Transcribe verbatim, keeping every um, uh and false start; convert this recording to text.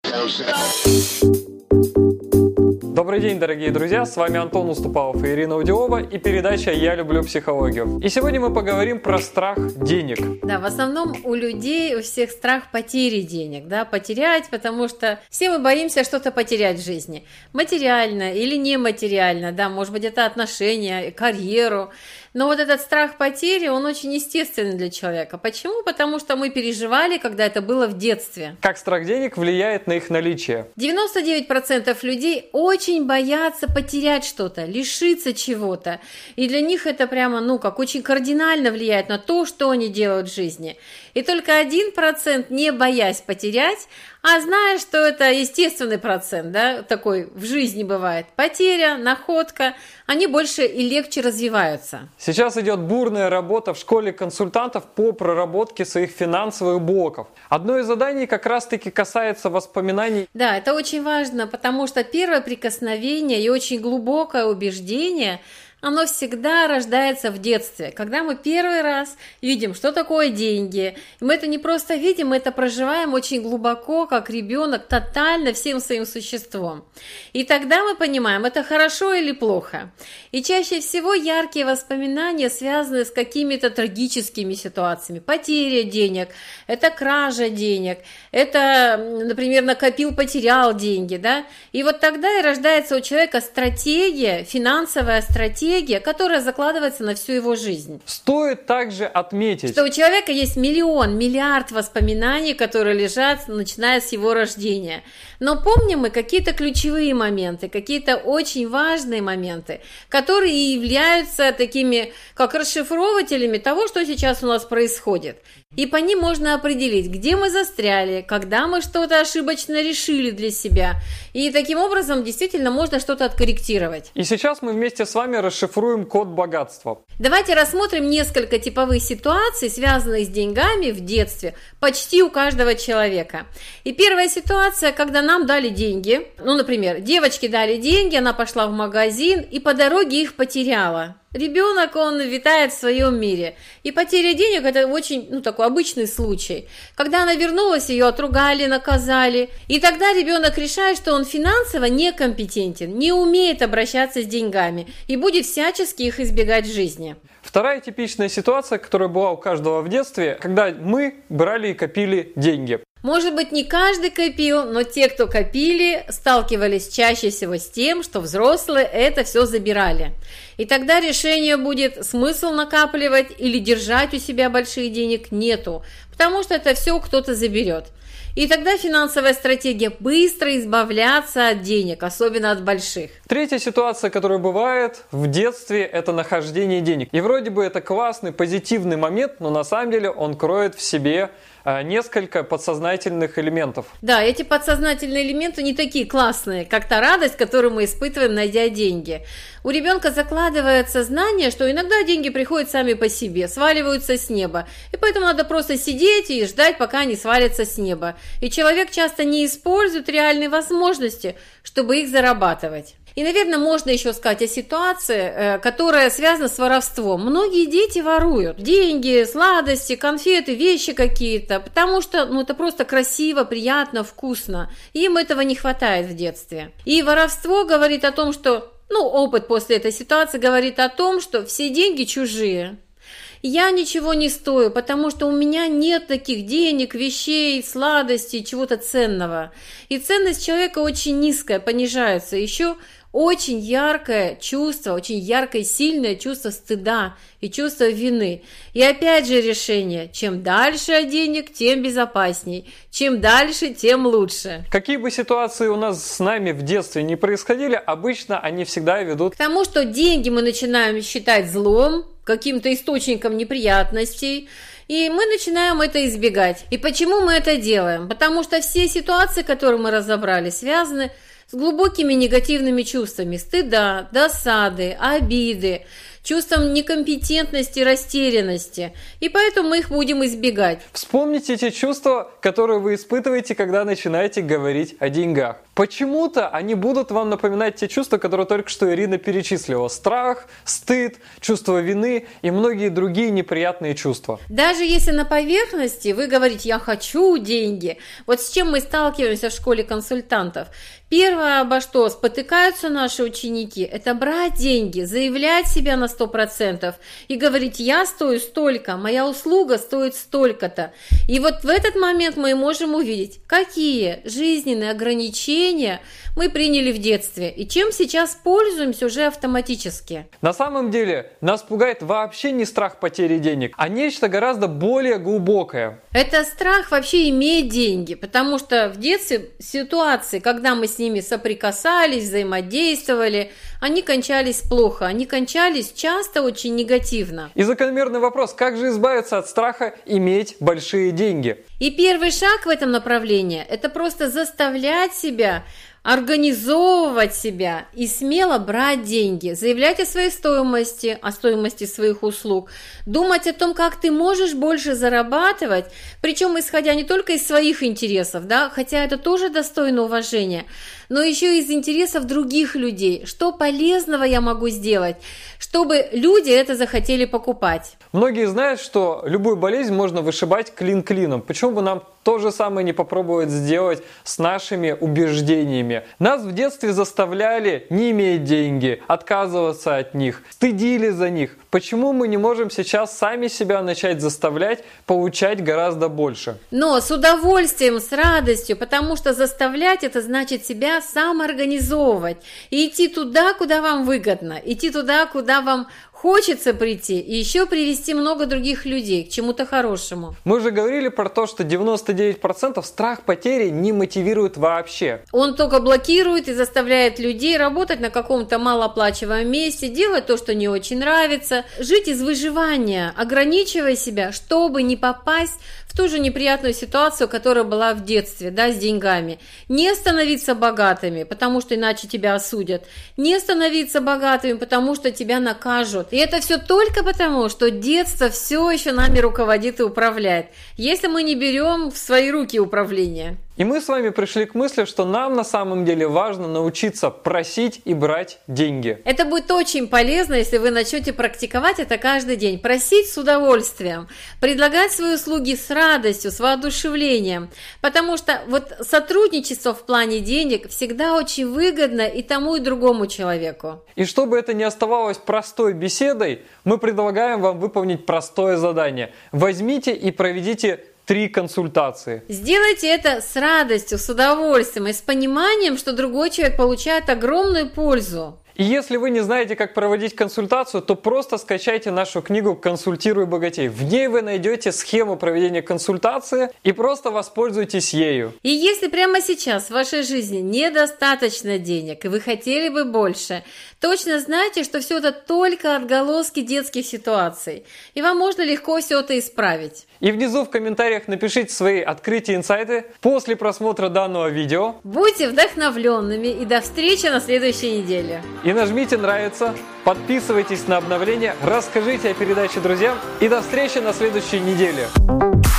Добрый день, дорогие друзья, с вами Антон Уступалов и Ирина Удилова и передача «Я люблю психологию». И сегодня мы поговорим про страх денег. Да, в основном у людей, у всех страх потери денег, да, потерять, потому что все мы боимся что-то потерять в жизни. Материально или нематериально, да, может быть, это отношения, карьеру. Но вот этот страх потери, он очень естественный для человека. Почему? Потому что мы переживали, когда это было в детстве. Как страх денег влияет на их наличие? девяносто девять процентов людей очень боятся потерять что-то, лишиться чего-то. И для них это прямо, ну, как очень кардинально влияет на то, что они делают в жизни. И только один процент, не боясь потерять, а зная, что это естественный процент, да, такой в жизни бывает, потеря, находка, они больше и легче развиваются. Сейчас идет бурная работа в школе консультантов по проработке своих финансовых блоков. Одно из заданий как раз-таки касается воспоминаний. Да, это очень важно, потому что первое прикосновение и очень глубокое убеждение – оно всегда рождается в детстве, когда мы первый раз видим, что такое деньги. И мы это не просто видим, мы это проживаем очень глубоко, как ребенок, тотально всем своим существом. И тогда мы понимаем, это хорошо или плохо. И чаще всего яркие воспоминания связаны с какими-то трагическими ситуациями. Потеря денег, это кража денег, это, например, накопил, потерял деньги. Да? И вот тогда и рождается у человека стратегия, финансовая стратегия, которая закладывается на всю его жизнь. Стоит также отметить, что у человека есть миллион, миллиард воспоминаний, которые лежат, начиная с его рождения. Но помним мы какие-то ключевые моменты, какие-то очень важные моменты, которые и являются такими, как расшифрователями того, что сейчас у нас происходит. И по ним можно определить, где мы застряли, когда мы что-то ошибочно решили для себя. И таким образом действительно можно что-то откорректировать. И сейчас мы вместе с вами расшифруем код богатства. Давайте рассмотрим несколько типовых ситуаций, связанных с деньгами в детстве, почти у каждого человека. И первая ситуация, когда нам дали деньги. Ну, например, девочке дали деньги, она пошла в магазин и по дороге их потеряла. Ребенок, он витает в своем мире. И потеря денег – это очень, ну, такой обычный случай. Когда она вернулась, ее отругали, наказали. И тогда ребенок решает, что он финансово некомпетентен, не умеет обращаться с деньгами и будет всячески их избегать в жизни. Вторая типичная ситуация, которая была у каждого в детстве, когда мы брали и копили деньги. Может быть, не каждый копил, но те, кто копили, сталкивались чаще всего с тем, что взрослые это все забирали. И тогда решение будет, смысл накапливать или держать у себя больших денег нету, потому что это все кто-то заберет. И тогда финансовая стратегия – быстро избавляться от денег, особенно от больших. Третья ситуация, которая бывает в детстве, это нахождение денег. И вроде бы это классный, позитивный момент, но на самом деле он кроет в себе несколько подсознательных элементов. Да, эти подсознательные элементы не такие классные, как та радость, которую мы испытываем, найдя деньги. У ребенка закладывается знание, что иногда деньги приходят сами по себе, сваливаются с неба. И поэтому надо просто сидеть и ждать, пока они свалятся с неба. И человек часто не использует реальные возможности, чтобы их зарабатывать. И, наверное, можно еще сказать о ситуации, которая связана с воровством. Многие дети воруют деньги, сладости, конфеты, вещи какие-то, потому что ну, это просто красиво, приятно, вкусно. Им этого не хватает в детстве. И воровство говорит о том, что, ну, опыт после этой ситуации говорит о том, что все деньги чужие. Я ничего не стою, потому что у меня нет таких денег, вещей, сладостей, чего-то ценного. И ценность человека очень низкая, понижается. Еще очень яркое чувство, очень яркое, сильное чувство стыда и чувство вины. И опять же решение, чем дальше от денег, тем безопасней. Чем дальше, тем лучше. Какие бы ситуации у нас с нами в детстве не происходили, обычно они всегда ведут к тому, что деньги мы начинаем считать злом, каким-то источником неприятностей, и мы начинаем это избегать. И почему мы это делаем? Потому что все ситуации, которые мы разобрали, связаны с глубокими негативными чувствами стыда, досады, обиды, чувством некомпетентности, растерянности. И поэтому мы их будем избегать. Вспомните те чувства, которые вы испытываете, когда начинаете говорить о деньгах. почему-то они будут вам напоминать те чувства, которые только что Ирина перечислила. Страх, стыд, чувство вины и многие другие неприятные чувства. Даже если на поверхности вы говорите «я хочу деньги», вот с чем мы сталкиваемся в школе консультантов. Первое, обо что спотыкаются наши ученики, это брать деньги, заявлять себя на сто процентов и говорить «я стою столько, моя услуга стоит столько-то». И вот в этот момент мы можем увидеть, какие жизненные ограничения мы приняли в детстве и чем сейчас пользуемся уже автоматически. На самом деле нас пугает вообще не страх потери денег, а нечто гораздо более глубокое. Это страх вообще иметь деньги, потому что в детстве ситуации, когда мы с ними соприкасались, взаимодействовали, они кончались плохо, они кончались часто очень негативно. И закономерный вопрос, как же избавиться от страха иметь большие деньги? И первый шаг в этом направлении – это просто заставлять себя организовывать себя и смело брать деньги, заявлять о своей стоимости, о стоимости своих услуг, думать о том, как ты можешь больше зарабатывать, причем исходя не только из своих интересов, да, хотя это тоже достойно уважения, но еще и из интересов других людей, что полезного я могу сделать, чтобы люди это захотели покупать. Многие знают, что любую болезнь можно вышибать клин клином. Почему бы нам то же самое не попробовать сделать с нашими убеждениями? Нас в детстве заставляли не иметь деньги, отказываться от них, стыдили за них. Почему мы не можем сейчас сами себя начать заставлять получать гораздо больше? Но с удовольствием, с радостью, потому что заставлять это значит себя самоорганизовывать и идти туда, куда вам выгодно, идти туда, куда вам хочется прийти и еще привести много других людей к чему-то хорошему. Мы уже говорили про то, что девяносто девять процентов страх потери не мотивирует вообще. Он только блокирует и заставляет людей работать на каком-то малооплачиваемом месте, делать то, что не очень нравится, жить из выживания, ограничивая себя, чтобы не попасть в ту же неприятную ситуацию, которая была в детстве, да, с деньгами. Не становиться богатыми, потому что иначе тебя осудят. Не становиться богатыми, потому что тебя накажут. И это все только потому, что детство все еще нами руководит и управляет, если мы не берем в свои руки управление. И мы с вами пришли к мысли, что нам на самом деле важно научиться просить и брать деньги. Это будет очень полезно, если вы начнете практиковать это каждый день. Просить с удовольствием, предлагать свои услуги с радостью, с воодушевлением. Потому что вот сотрудничество в плане денег всегда очень выгодно и тому, и другому человеку. И чтобы это не оставалось простой беседой, мы предлагаем вам выполнить простое задание. Возьмите и проведите три консультации. Сделайте это с радостью, с удовольствием и с пониманием, что другой человек получает огромную пользу. И если вы не знаете, как проводить консультацию, то просто скачайте нашу книгу «Консультируй богатей». В ней вы найдете схему проведения консультации и просто воспользуйтесь ею. И если прямо сейчас в вашей жизни недостаточно денег, и вы хотели бы больше, точно знайте, что все это только отголоски детских ситуаций, и вам можно легко все это исправить. И внизу в комментариях напишите свои открытия и инсайты после просмотра данного видео. Будьте вдохновленными и до встречи на следующей неделе. И нажмите «Нравится», подписывайтесь на обновления, расскажите о передаче друзьям и до встречи на следующей неделе.